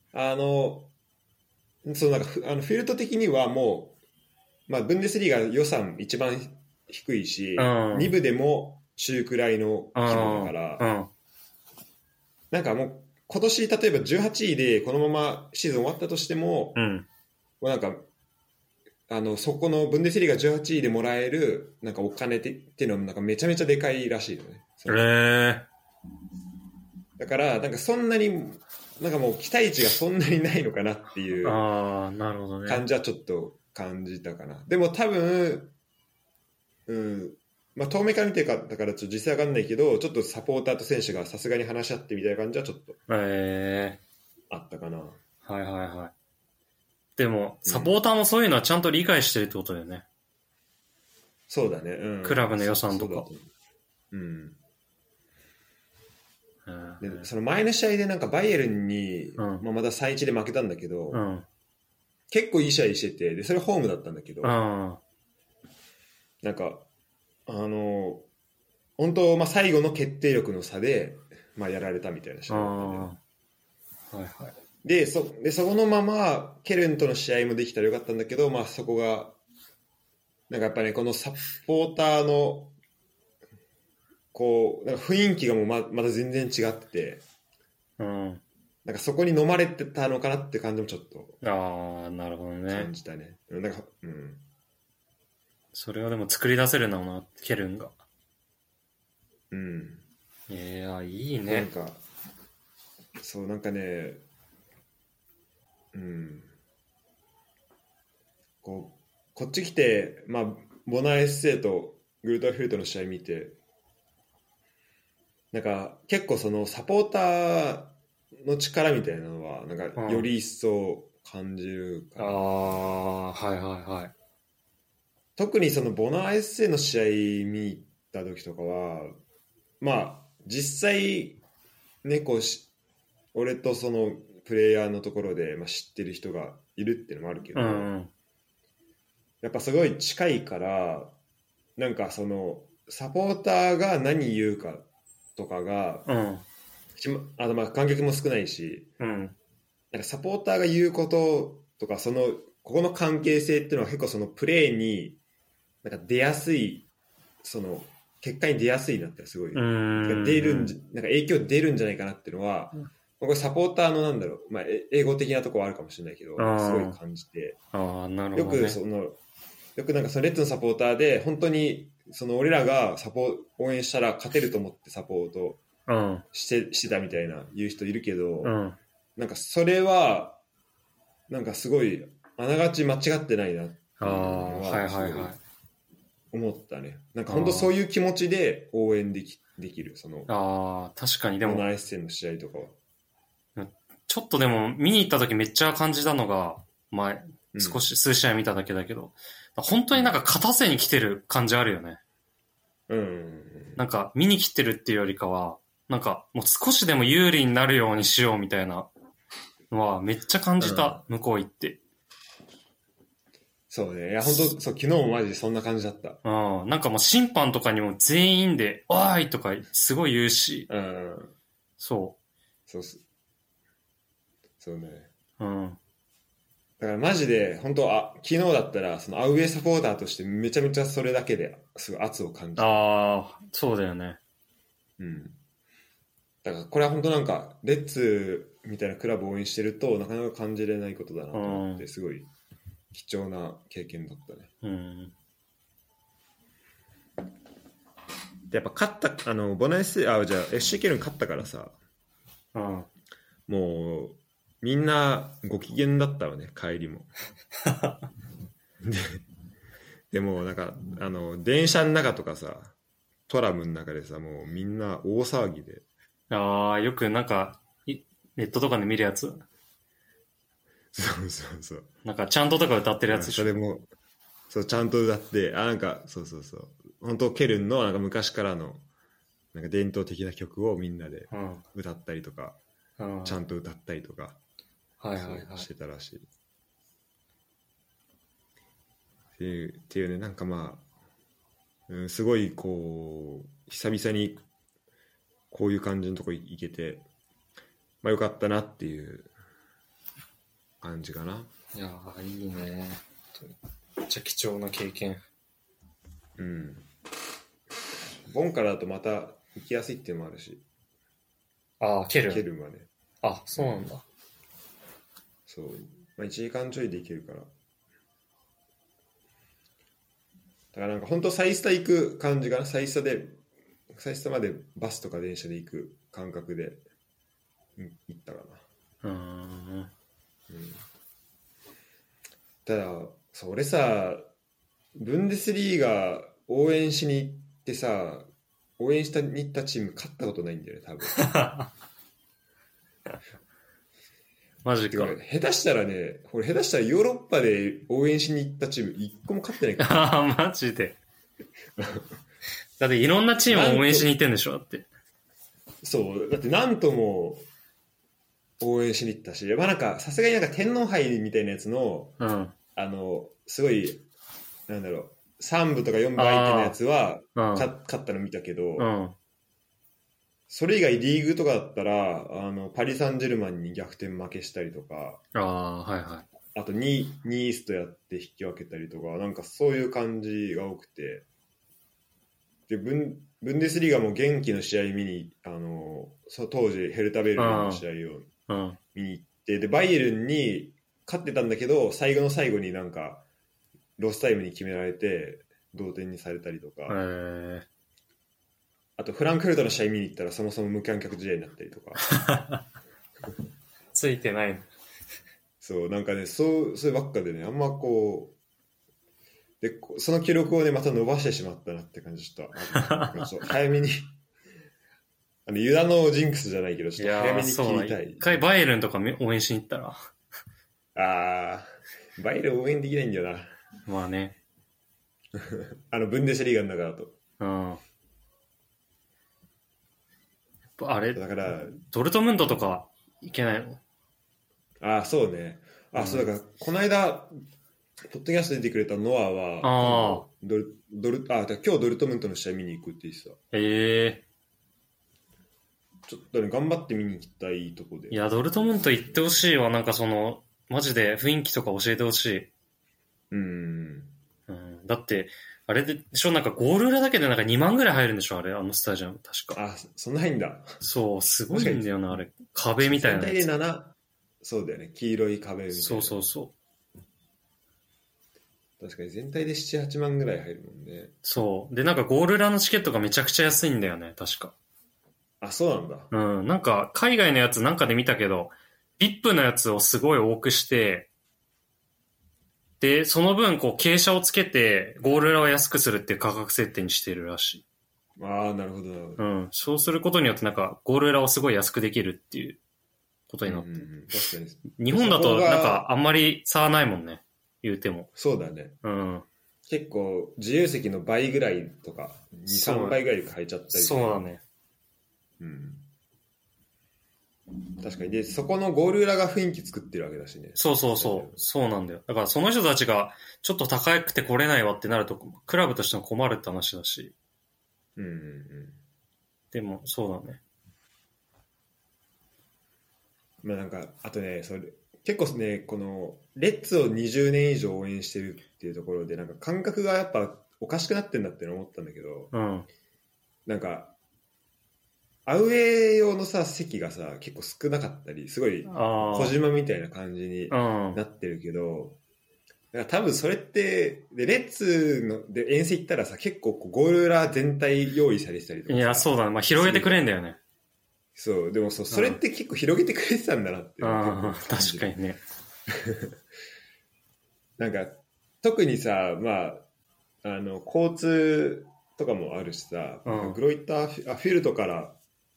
そうなんかフィルト的にはもう、まあ、ブンデスリーガ予算一番低いし、2部でも中くらいの規模だから、なんかもう今年例えば18位でこのままシーズン終わったとしても、もうなんかそこのブンデスリーガ18位でもらえるなんかお金っていうのはなんかめちゃめちゃでかいらしいよね。だからなんかそんなになんかもう期待値がそんなにないのかなっていう感じはちょっと感じたかな。でも多分、まあ遠目から見てかだからちょっと実際わかんないけど、ちょっとサポーターと選手がさすがに話し合ってみたいな感じはちょっとあったかな。 はいはいはい。でもサポーターもそういうのはちゃんと理解してるってことだよね。 そうだね。 クラブの予算とか。 でその前の試合でなんかバイエルンに、まあ、また 3-1 で負けたんだけど、結構いい試合してて、でそれホームだったんだけど、なんか本当、まあ、最後の決定力の差で、まあ、やられたみたいな試合だったんだよね。はいはい。でそこのままケルンとの試合もできたらよかったんだけど、まあ、そこがなんかやっぱり、ね、このサポーターのこうなんか雰囲気がもう まだ全然違ってて、なんかそこに飲まれてたのかなって感じもちょっとなるほどね感じたね。なんかそれはでも作り出せるのな、ケルンが。いやいいね。 なんかそうなんかね、こっち来て、まあ、ボナエスセとグルトフィルトの試合見て、なんか結構そのサポーターの力みたいなのはなんかより一層感じるかな。 はいはいはい。 特にそのボナエスセの試合見た時とかは、まあ実際ねこう俺とそのプレイヤーのところで、まあ、知ってる人がいるっていうのもあるけど、やっぱすごい近いからなんかそのサポーターが何言うかとかが、まあ観客も少ないし、なんかサポーターが言うこととかここの関係性っていうのは結構そのプレーになんか出やすいその結果に出やすいなってすごいなんか影響出るんじゃないかなっていうのは、これサポーターのなんだろう、まあ、英語的なところはあるかもしれないけどすごい感じて、 なるほどね、 よくなんかそのレッドのサポーターで本当にその俺らが応援したら勝てると思ってサポートしてたみたいな言う人いるけど、なんかそれはなんかすごいあながち間違ってないなっていうのは思ったね。なんか本当そういう気持ちで応援できるその確かに。でもナイス戦の試合とかはちょっとでも見に行った時めっちゃ感じたのが前数試合見ただけだけど、本当になんか勝たせに来てる感じあるよね。なんか見に来てるっていうよりかは、なんかもう少しでも有利になるようにしようみたいなのはめっちゃ感じた、向こう行って。 そうね。いや本当そう昨日もマジでそんな感じだった。 なんかもう審判とかにも全員でおーいとかすごい言うし、 そうね。 だからマジで本当昨日だったらそのアウェーサポーターとしてめちゃめちゃそれだけですごい圧を感じた。 ああ、そうだよね。 うん。だからこれは本当なんかレッツみたいなクラブを応援してるとなかなか感じれないことだなと思って、すごい貴重な経験だったね。 うん。 でやっぱ勝ったボナエスじゃあ FC ケルン勝ったからさ、 うん、 もうみんなご機嫌だったわね、帰りも。でもなんか電車の中とかさ、トラムの中でさ、もうみんな大騒ぎで。 ああ、よくなんかネットとかで見るやつ。 そうそうそう。 なんかちゃんととか歌ってるやつでしょ。 それもそうちゃんと歌って、なんかそう本当ケルンのなんか昔からのなんか伝統的な曲をみんなで歌ったりとか、ちゃんと歌ったりとか、 はいはいはい、 してたらしい。っていうね、なんかまあ、すごいこう久々にこういう感じのとこ行けて、まあよかったなっていう感じかな。 いやーいいね。めっちゃ貴重な経験。 うん。ボンからだとまた行きやすいっていうのもあるし。 ああ、ケルンはね。 あ、そうなんだ。 そう。まあ1時間ちょいで行けるから。だからなんか本当サイスタ行く感じかな。サイスタまでバスとか電車で行く感覚で行ったかな。うん。ただそう俺さ、ブンデスリーガ応援しに行ってさ、応援したに行ったチーム勝ったことないんだよね、多分。 マジか。 下手したらヨーロッパで応援しに行ったチーム一個も勝ってないから。 ああ、マジで。だっていろんなチームを応援しに行ってんでしょ、だって。 そう、だってなんとも応援しに行ったし、まあなんかさすがになんか天皇杯みたいなやつの、 うん、 すごいなんだろう、3部とか4部相手のやつは、勝ったの見たけど、それ以外リーグとかだったらパリ・サンジェルマンに逆転負けしたりとか、 はいはい、 あとニースとやって引き分けたりとか、なんかそういう感じが多くて、でブンデスリーガも元気の試合見に当時ヘルタ・ベルリンの試合を見に行って、でバイエルンに勝ってたんだけど、最後の最後になんかロスタイムに決められて同点にされたりとか、あとフランクフルトの試合見に行ったらそもそも無観客試合になったりとかついてないの。 そうなんかね、そればっかでね、あんまこうでその記録をねまた伸ばしてしまったなって感じちょっと早めにユダのジンクスじゃないけどちょっと早めに切りたい。 一回バイエルンとか応援しに行ったらバイエルン応援できないんだよな。 まあねブンデスリーガの中だと。 あれだからドルトムントとかいけないの？ そうね。そうだからこの間ポッドキャスト出てくれたノアは今日ドルトムントの試合見に行くって言ってた。ちょっとね頑張って見に行きたいとこで。 いやドルトムント行ってほしいわ。なんかマジで雰囲気とか教えてほしい。だってあれでしょ、なんかゴール裏だけでなんか2万ぐらい入るんでしょ、あれ、スタジアム確か。 そんな入んだ。 そう、すごいんだよな、あれ。壁みたいなやつ。 全体でそうだよね、黄色い壁みたいな。 そう確かに全体で7、8万ぐらい入るもんね。 そうで、なんかゴール裏のチケットがめちゃくちゃ安いんだよね、確か。 そうなんだ。 なんか海外のやつなんかで見たけど、VIP のやつをすごい多くして、で、その分、傾斜をつけて、ゴール裏を安くするっていう価格設定にしているらしい。 なるほど。 そうすることによって、なんか、ゴール裏をすごい安くできるっていうことになって。 確かに。 日本だと、なんか、あんまり差はないもんね。言うても。 そうだね。結構、自由席の倍ぐらいとか、2、3倍ぐらい入っちゃったり。 そうだね。 確かに。で、そこのゴール裏が雰囲気作ってるわけだしね。 そうなんだよ。だからその人たちがちょっと高くて来れないわってなると、クラブとしても困るって話だし。でも、そうだね。 なんか、あとね、 結構ね、このレッツを20年以上応援してるっていうところでなんか感覚がやっぱおかしくなってんだって思ったんだけど、なんかアウェー用のさ席がさ結構少なかったりすごい小島みたいな感じになってるけど、だから多分それってでレッツので遠征行ったらさ結構こうゴール裏全体用意されてたりとか、 いやそうだね、まあ広げてくれんだよね。 そうでもそれって結構広げてくれてたんだなっていう、 確かにね。 なんか特にさ、まあ交通とかもあるしさ、グロイターフィルトから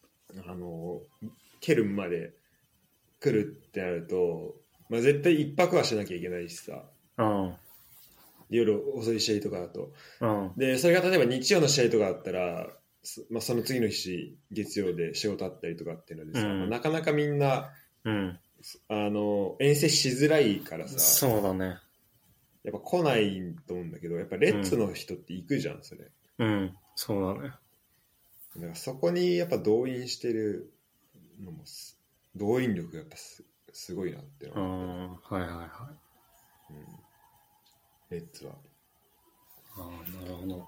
ケルンまで来るってなると、まあ、絶対一泊はしなきゃいけないしさ、夜遅い試合とかだと、でそれが例えば日曜の試合とかだったら、まあ、その次の日月曜で仕事あったりとかっていうのでさ、まあ、なかなかみんな、遠征しづらいからさ、 そうだね、 やっぱ来ないと思うんだけど、やっぱレッツの人って行くじゃんそれ。 そうだね。 だからそこにやっぱ動員してるのも動員力がやっぱすごいなって思って。 はいはいはい。 レッツは。 なるほど。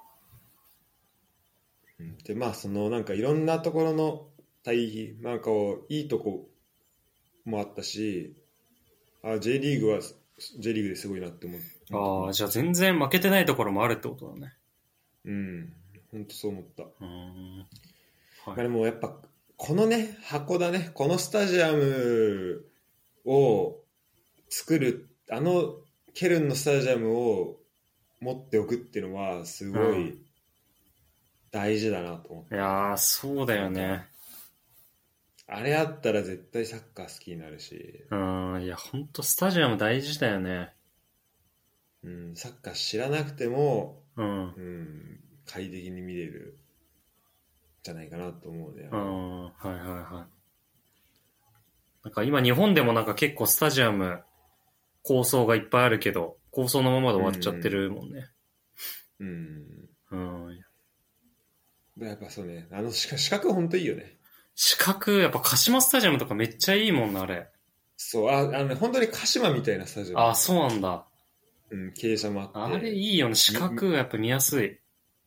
でまあそのなんかいろんなところの対比、なんかいいとこもあったし、J リーグは J リーグですごいなって思う。じゃあ全然負けてないところもあるってことだね。 本当そう思った。 はい、 でもやっぱこのね箱だね、このスタジアムを作るケルンのスタジアムを持っておくっていうのはすごい大事だなと思って。 いやそうだよね。 あれあったら絶対サッカー好きになるし。 いや本当スタジアム大事だよね。 サッカー知らなくても、快適に見れるじゃないかなと思うね。 はいはいはい。なんか今日本でもなんか結構スタジアム構想がいっぱいあるけど、構想のままで終わっちゃってるもんね。 やっぱそうね、四角ほんといいよね。 四角、やっぱ鹿島スタジアムとかめっちゃいいもんな、あれ。 そう、本当に鹿島みたいなスタジアム。 そうなんだ。 傾斜もあって。 あれいいよね、四角がやっぱ見やすい。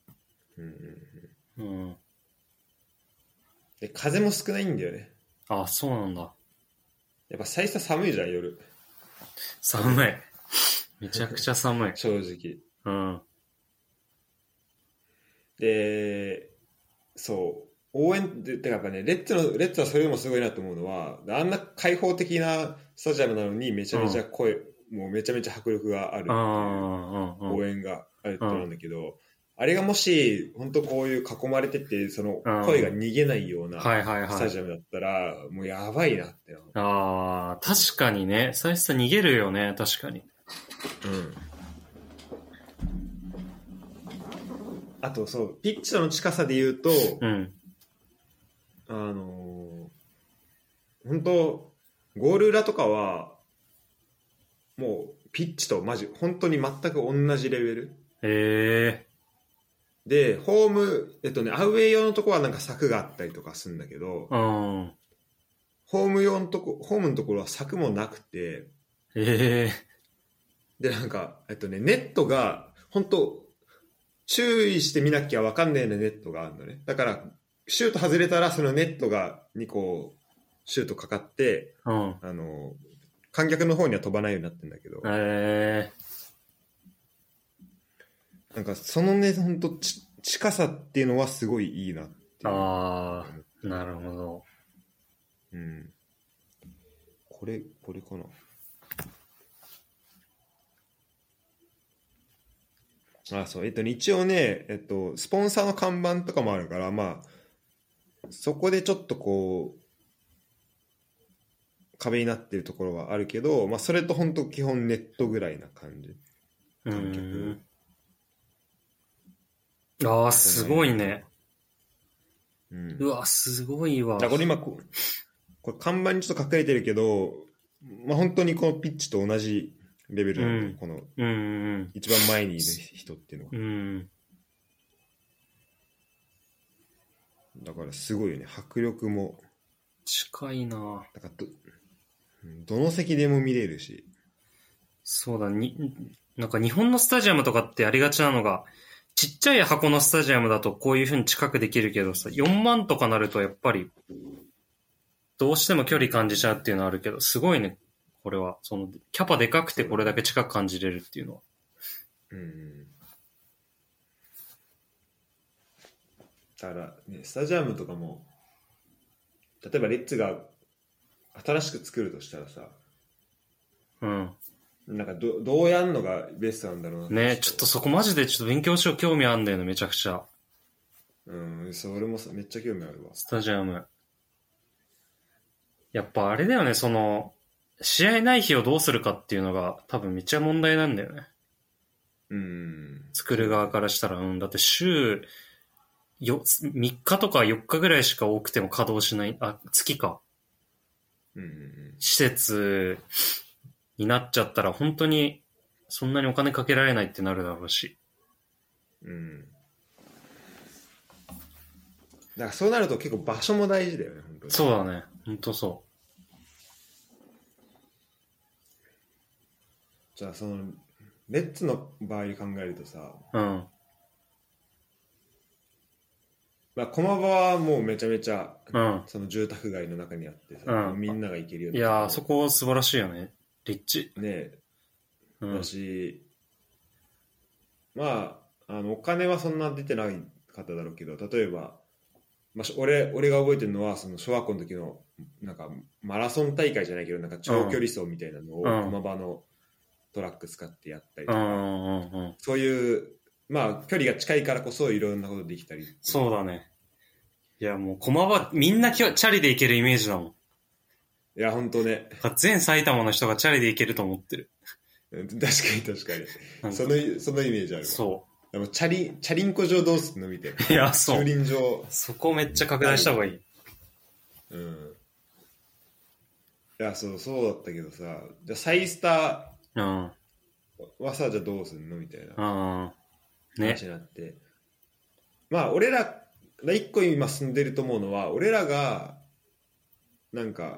で風も少ないんだよね。 そうなんだ。 やっぱ最初寒いじゃん、夜。 寒い。めちゃくちゃ寒い。 正直。で、そう、応援って、やっぱね、レッツはそれでもすごいなと思うのは、あんな開放的なスタジアムなのにめちゃめちゃもうめちゃめちゃ迫力があるっていう応援があるってなんだけど、あれがもし本当こういう囲まれててその声が逃げないようなスタジアムだったらもうやばいなって確かにね、最初逃げるよね、確かに。 あとそうピッチとの近さで言うと、本当ゴール裏とかはもうピッチとマジ本当に全く同じレベル。でホームアウェー用のとこはなんか柵があったりとかするんだけど、ホームのところは柵もなくて、でなんかネットが本当注意してみなきゃ分かんないようなネットがあるのね。だからシュート外れたらそのネットにこうシュートかかって、観客の方には飛ばないようになってるんだけど、なんかそのね本当近さっていうのはすごいいいなっていう。 なるほど。 これかな。そう一応ねスポンサーの看板とかもあるから、まあそこでちょっとこう壁になってるところはあるけど、まあそれと本当基本ネットぐらいな感じ。観客。 すごいね。うわすごいわ。 これ今これ看板にちょっと隠れてるけど、まあ本当にこのピッチと同じレベルなんだ、この一番前にいる人っていうのは。だからすごいよね、迫力も近いな。 どの席でも見れるし。 そうだ、なんか日本のスタジアムとかってありがちなのが、ちっちゃい箱のスタジアムだとこういう風に近くできるけどさ、4万とかなるとやっぱり、どうしても距離感じちゃうっていうのはあるけど、すごいね、これは。その、キャパでかくてこれだけ近く感じれるっていうのは。 だからね、スタジアムとかも、例えばレッツが新しく作るとしたらさ、なんかどうやんのがベストなんだろうなね。ちょっとそこマジでちょっと勉強しよう。興味あんだよね、めちゃくちゃ。 それもめっちゃ興味あるわ。 スタジアム。やっぱあれだよね、その、試合ない日をどうするかっていうのが多分めっちゃ問題なんだよね。作る側からしたら、だって週3日とか4日ぐらいしか多くても稼働しない、月か。施設になっちゃったら本当にそんなにお金かけられないってなるだろうし。 だからそうなると結構場所も大事だよね、本当に。 そうだね、本当そう。 じゃあそのレッツの場合考えるとさ、駒場はもうめちゃめちゃ、その住宅街の中にあってさ、みんなが行けるような。いやー、そこ素晴らしいよね。立地。 ねだし、お金はそんな出てない方だろうけど、例えば、俺が覚えてるのは、その小学校の時の、なんか、マラソン大会じゃないけど、なんか長距離走みたいなのを、駒場のトラック使ってやったりとか、そういう、距離が近いからこそいろんなことできたり。 そうだね。いや、もう駒場、みんなチャリで行けるイメージだもん。いや、ほんとね。 全埼玉の人がチャリで行けると思ってる。 確かに。そのイメージあるわ。 そう。 でもチャリンコ場どうすんのみたいな。 いや、そう。 駐輪場。 そこめっちゃ拡大した方がいい。 いや、そうだったけどさ、じゃあサイスターはさ、じゃあどうすんのみたいな話になって。俺ら、一個今住んでると思うのは、俺らが、なんか、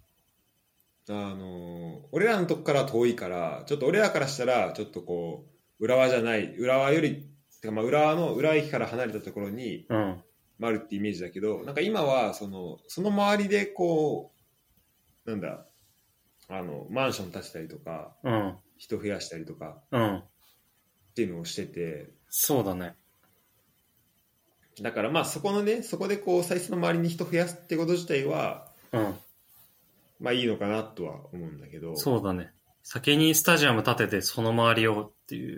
俺らのとこから遠いから、ちょっと俺らからしたら、ちょっとこう、浦和じゃない、浦和より、浦和の浦和駅から離れたところに、あるってイメージだけど、なんか今は、その周りでこう、なんだ、マンション建てたりとか、人増やしたりとか、っていうのをしてて。 そうだね。 だからそこでこう、最初の周りに人増やすってこと自体は、いいのかなとは思うんだけど。 そうだね。先にスタジアム建ててその周りをっていう。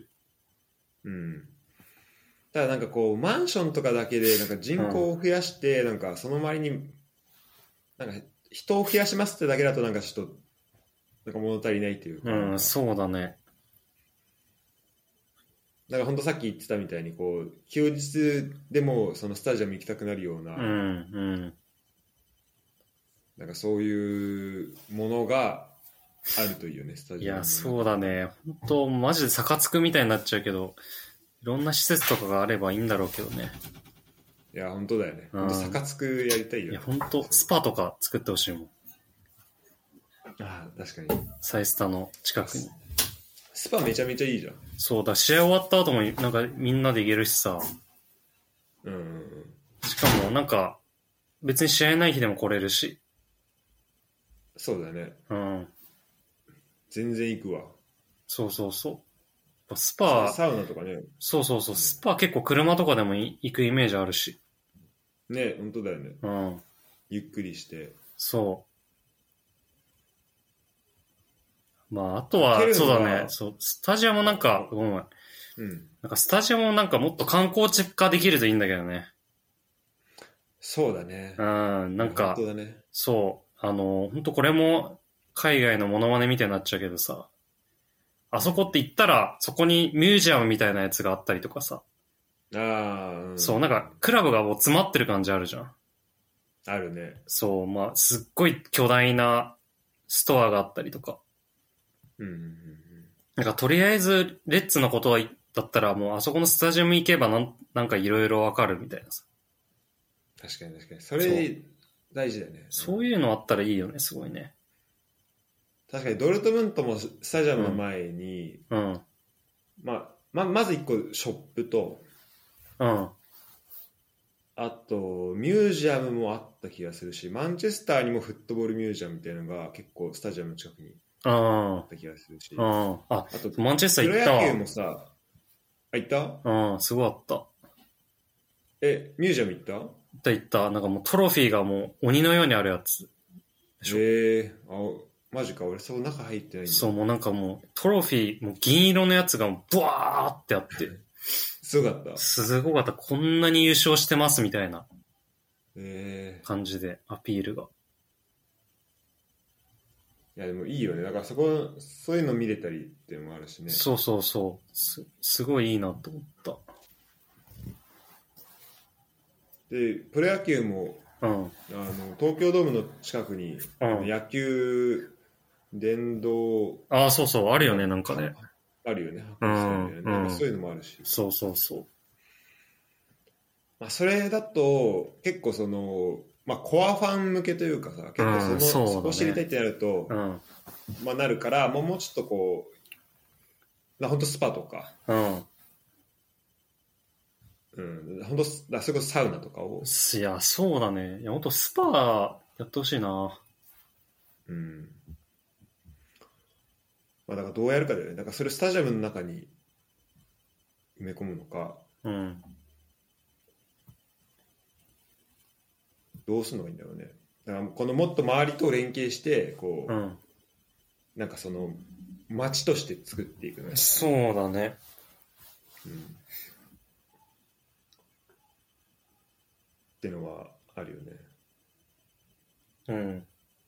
ただなんかこうマンションとかだけでなんか人口を増やして、なんかその周りになんか人を増やしますってだけだとなんかちょっとなんか物足りないっていうか。 そうだね。 だから本当さっき言ってたみたいにこう休日でもそのスタジアム行きたくなるような。なんかそういうものがあるといいよね、スタジアム。 いや、そうだね。本当マジでサカツクみたいになっちゃうけど、いろんな施設とかがあればいいんだろうけどね。 いや、本当だよね。本当サカツクやりたいよね。 いや、本当スパとか作ってほしいもん。 確かに。 サイスタの近くに。 スパめちゃめちゃいいじゃん。 そうだ、試合終わった後もなんかみんなで行けるしさ。しかもなんか、別に試合ない日でも来れるし。 そうだね。全然行くわ。 そうそうそう。スパサウナとかね。 そうそうそう。スパ結構車とかでも行くイメージあるし。 ね、本当だよね。ゆっくりして。 そう。あとは、そうだね。そう、スタジアムなんか、ごめん。なんかスタジアムもなんかもっと観光地化できるといいんだけどね。 そうだね。 なんか、 本当だね。 そう。本当これも海外のモノマネみたいになっちゃうけどさ、あそこって行ったら、そこにミュージアムみたいなやつがあったりとかさ。そう、なんか、クラブがもう詰まってる感じあるじゃん。 あるね。 そう、すっごい巨大なストアがあったりとか。なんか、とりあえず、レッツのことだったら、もうあそこのスタジアム行けばなんかいろいろわかるみたいなさ。 確かに。それ、大事だよね。 そういうのあったらいいよね、すごいね。 確かにドルトムントもスタジアムの前に、まず1個ショップと、あとミュージアムもあった気がするし、マンチェスターにもフットボールミュージアムみたいなのが結構スタジアムの近くにあった気がするし、 あとマンチェスター行った。 プロ野球もさ、行った？ すごいあった。 ミュージアム行った？ 行った。なんかもうトロフィーがもう鬼のようにあるやつ。 マジか、俺その中入ってないんだ。 そう、もうなんかもうトロフィー、もう銀色のやつがブワーってあって。 すごかった。 すごかった。こんなに優勝してますみたいな感じでアピールが。 いやでもいいよね。だからそういうの見れたりっていうのもあるしね。 そうすごいいいなと思った。 でプロ野球も、東京ドームの近くに、野球電動そうあるよね、なんかね。 あるよね。なんかそういうのもあるし。 そう。 それだと結構コアファン向けというかさ、結構そこを知りたいってなると、なるからもうちょっとこう本当スパとか、本当それこそサウナとかを。 いやそうだね。いや本当スパやってほしいな。 だからどうやるかだよね。だからそれスタジアムの中に埋め込むのか、どうするのがいいんだろうね。だからこのもっと周りと連携してこう、なんかその街として作っていくの。 そうだね。 ってのはあるよね。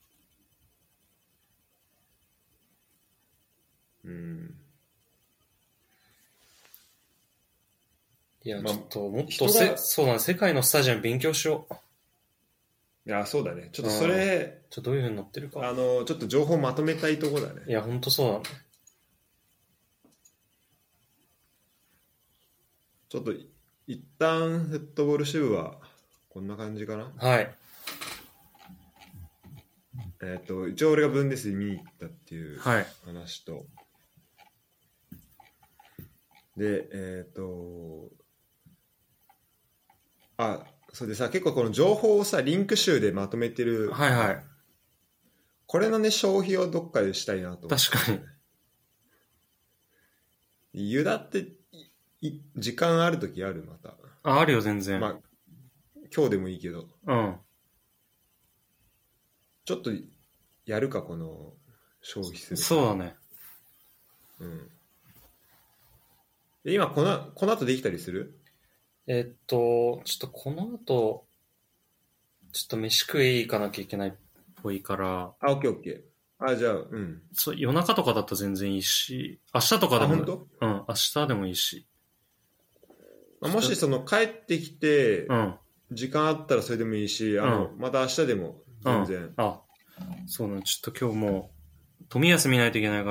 いや、ちょっともっとそうだね、世界のスタジアム勉強しよう。 いや、そうだね。ちょっとそれ、 ちょっとどういう風になってるか。 ちょっと情報まとめたいところだね。 いや、ほんとそうだね。 ちょっと一旦フットボール支部はこんな感じかな。 はい。 一応俺がブンデスに見に行ったっていう話と、でそれでさ、結構この情報をさリンク集でまとめてる、これのね消費をどっかでしたいなと思って。 確かにユダって時間あるときある？またあるよ全然。 今日でもいいけど、ちょっとやるか、この消費する。 そうだね。 今この後できたりする？ ちょっとこの後ちょっと飯食い行かなきゃいけないっぽいから。 オッケー。じゃあそう、夜中とかだったら全然いいし、明日とかでも。 本当？ 明日でもいいし。 もし帰ってきて、時間あったらそれでもいいし、また明日でも全然。 そうなの。ちょっと今日もう富安見ないといけないから。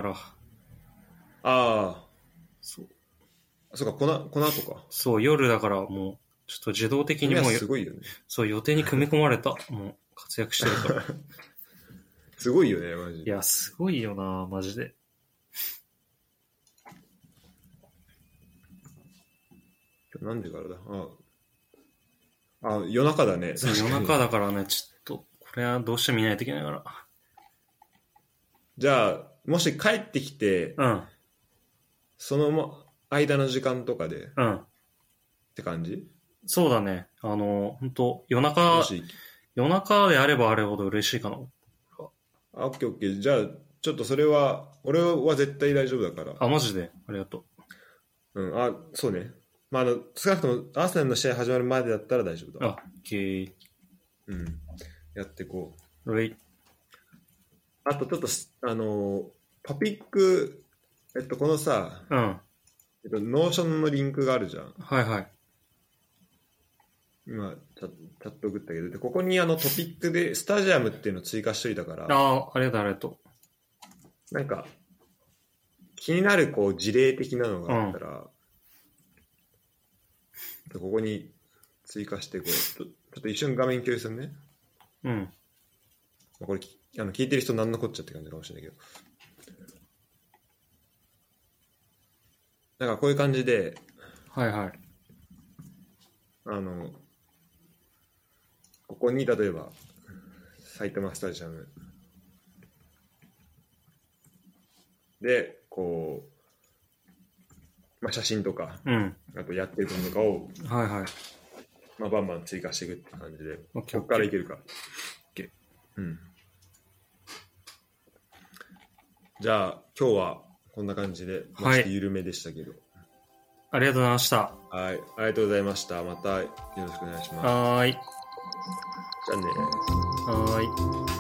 そうか、この後か。 そう、夜だからもうちょっと自動的にもうすごいよね。 そう、予定に組み込まれた。もう活躍してるから。 すごいよね、マジで。 いや、すごいよな、マジで。 何時からだ？夜中だね。 夜中だからね、ちょっとこれはどうしても見ないといけないから。 じゃあもし帰ってきて、その間の時間とかで、って感じ？ そうだね。本当夜中であればあれほど嬉しいかな。 オッケー。じゃあちょっとそれは俺は絶対大丈夫だから。 マジでありがとう。そうね。少なくともアーセナルの試合始まるまでだったら大丈夫だ。 オッケー。 やっていこう。 あとちょっとトピック、このさ、ノーションのリンクがあるじゃん。今チャット送ったけど、でここにトピックでスタジアムっていうのを追加しといたから。 ありがとう。なんか気になるこう事例的なのがあったら、ここに追加してちょっと一瞬画面共有するね。 これ聞いてる人何のこっちゃって感じかもしれないけど、なんかこういう感じで、 はいはい。 ここに例えば埼玉スタジアムでこう、写真とか、あとやってることとかを、 はいはい、 バンバン追加していくって感じで、ここからいけるか。じゃあ今日はこんな感じで、ちょっと緩めでしたけど、 ありがとうございました。 はい、ありがとうございました。またよろしくお願いします。 はい。 じゃあね。 はい。